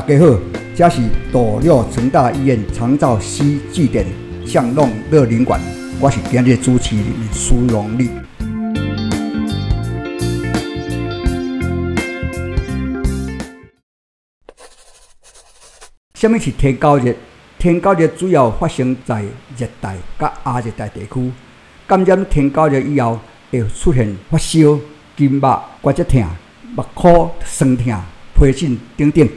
家好，这是斗六成大医院长照西据点巷弄乐龄馆，我是今日主持人苏荣利。什么是天高热？天高热主要发生在热带甲亚热带地区。感染天高热以后，会出现发烧、筋膜、关节痛、目眶酸痛、皮疹等等。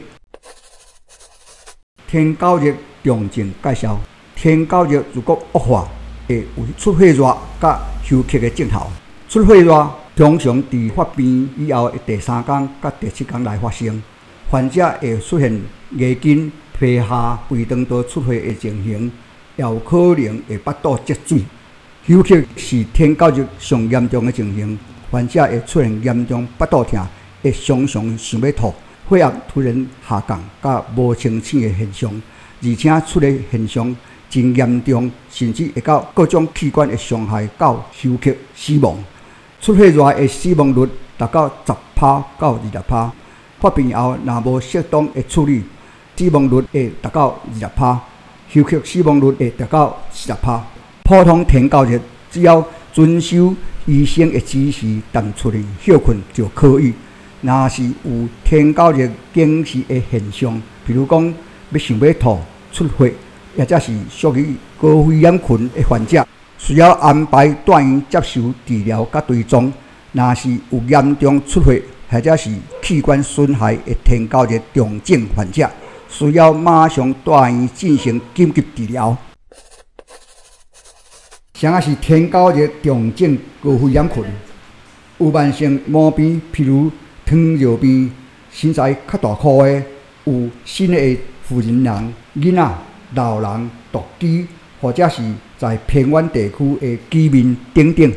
天高热重症介绍：天高热如果恶化，会为出血热甲休克的症头。出血热通常在发病以后的第3天甲第7天来发生，患者会出现眼睛、皮下、胃肠道出血的情形，也有可能会腹肚积水。休克是天高热上严重的情形，患者会出现严重腹肚痛，会常常想要吐，血压突然下降，甲无清醒的现象，而且出的现象真严重，甚至会到各种器官的伤害到休克死亡。出血热的死亡率达到10%到20%，发病后若无适当的处理，死亡率会达到20%，休克死亡率会达到40%。普通天高热只要遵守医生的指示，但出现休困就可以。若是有天高热惊奇的现象，比如讲要想要吐、出血，或者是属于高危险群的患者，需要安排住院接受治疗甲追踪。若是有严重出血或者是器官损害的天高热重症患者，需要马上住院进行紧急治疗。啥是天高热重症高危险群？有慢性毛病，譬如糖尿病、身材较大块的，有新的妇人人、囡仔、老人、独居，或者是在偏远地区的居民等等。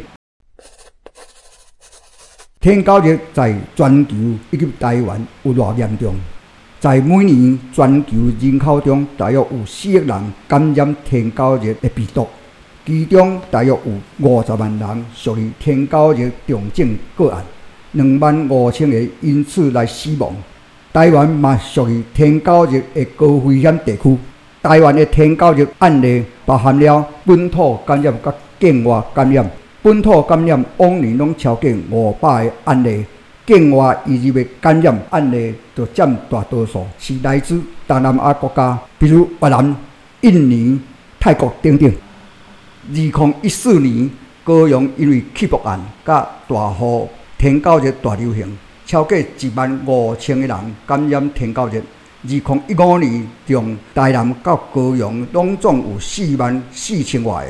天高热在全球以及台湾有偌严重？在每年全球人口中，大约有4亿人感染天高热的病毒，其中大约有50万人属于天高热重症个案，25000个因此来死亡。台湾嘛属于天高热的高危险地区。台湾的天高热案例包含了本土感染甲境外感染。本土感染往年拢超过500个案例，境外移入的感染案例就占大多数，是来自东南亚国家，比如越南、印尼、泰国等等。2014年，高雄因为气爆案甲大雨天高热大流行，超过15000个人感染天高热。2015年，从台南到高雄，拢总有44000外个。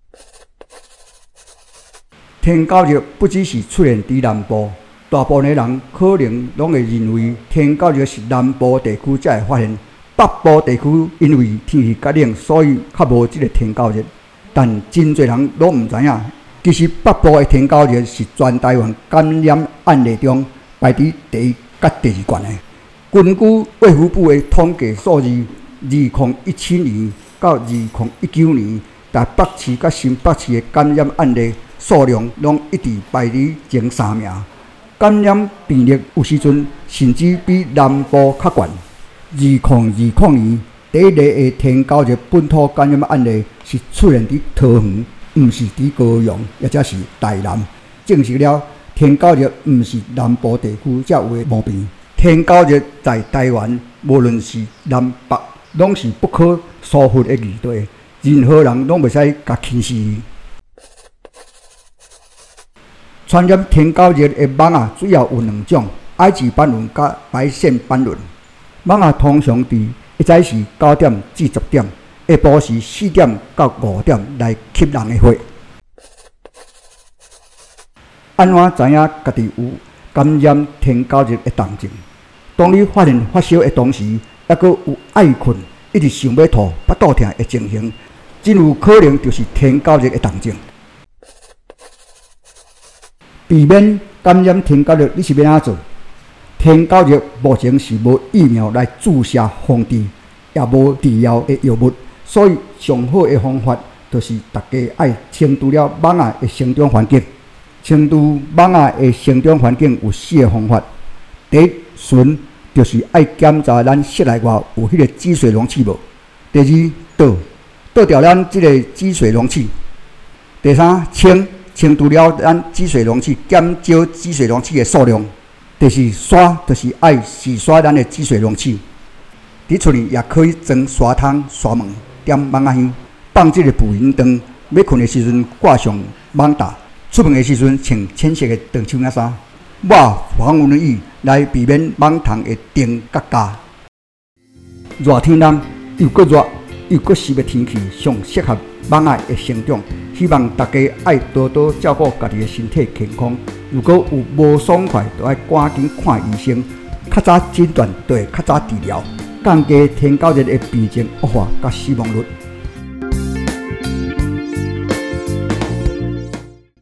天高热不只是出现在南部，大部分的人可能拢会认为天高热是南部地区才会发现，北部地区因为天气较冷，所以较无这个天高热。但真侪人拢唔知影，其实北部的天高热是全台湾感染案例中排伫第1甲第2悬的。根据卫福部的统计数字，2017年到2019年，台北市甲新北市的感染案例数量拢一直排伫前3名，感染病例有时阵甚至比南部较悬。2020年第一例的天高热本土感染案例是出现伫桃园，毋是伫高雄，或者是台南，证实了天高热毋是南部地区才有的毛病。天高热在台湾，无论是南北，拢是不可疏忽的议题，任何人拢袂使甲轻视伊。传染天高热的蚊仔主要有2种：埃及斑蚊甲白线斑蚊。蚊仔通常伫一早时9点至10点，下晡时4点到5点来吸人的血。安怎知影家己有感染天高热的动症？当你发现发烧的同时，还佫有爱困、一直想要吐、腹肚痛的情形，真有可能就是天高热的动症。避免感染天高热，你是要安怎做？天高热目前是无疫苗来注射防治，也无治疗的药物，所以上好的方法就是大家爱清除了蚊仔的生长环境。清除蚊仔的生长环境有4个方法：第一，巡就是爱检查咱室内外有迄个止水容器无。第二，倒掉咱即个止水容器。第三，清除了咱止水容器，减少止水容器的数量。第四，刷就是爱洗刷咱的止水容器。伫厝里也可以装刷桶、刷门，点蚊仔香，放即个捕蝇灯。要困的时阵挂上网搭，出门的时阵穿浅色的长袖领衫，抹防蚊液来避免蚊虫的叮甲咬。热天冷又搁热又搁湿的天气，上适合蚊仔的生长。希望大家爱多多照顾家己的身体健康。如果有无爽快，就要赶紧看医生，较早诊断就会较早治疗，降低天狗热的病情恶化甲死亡率。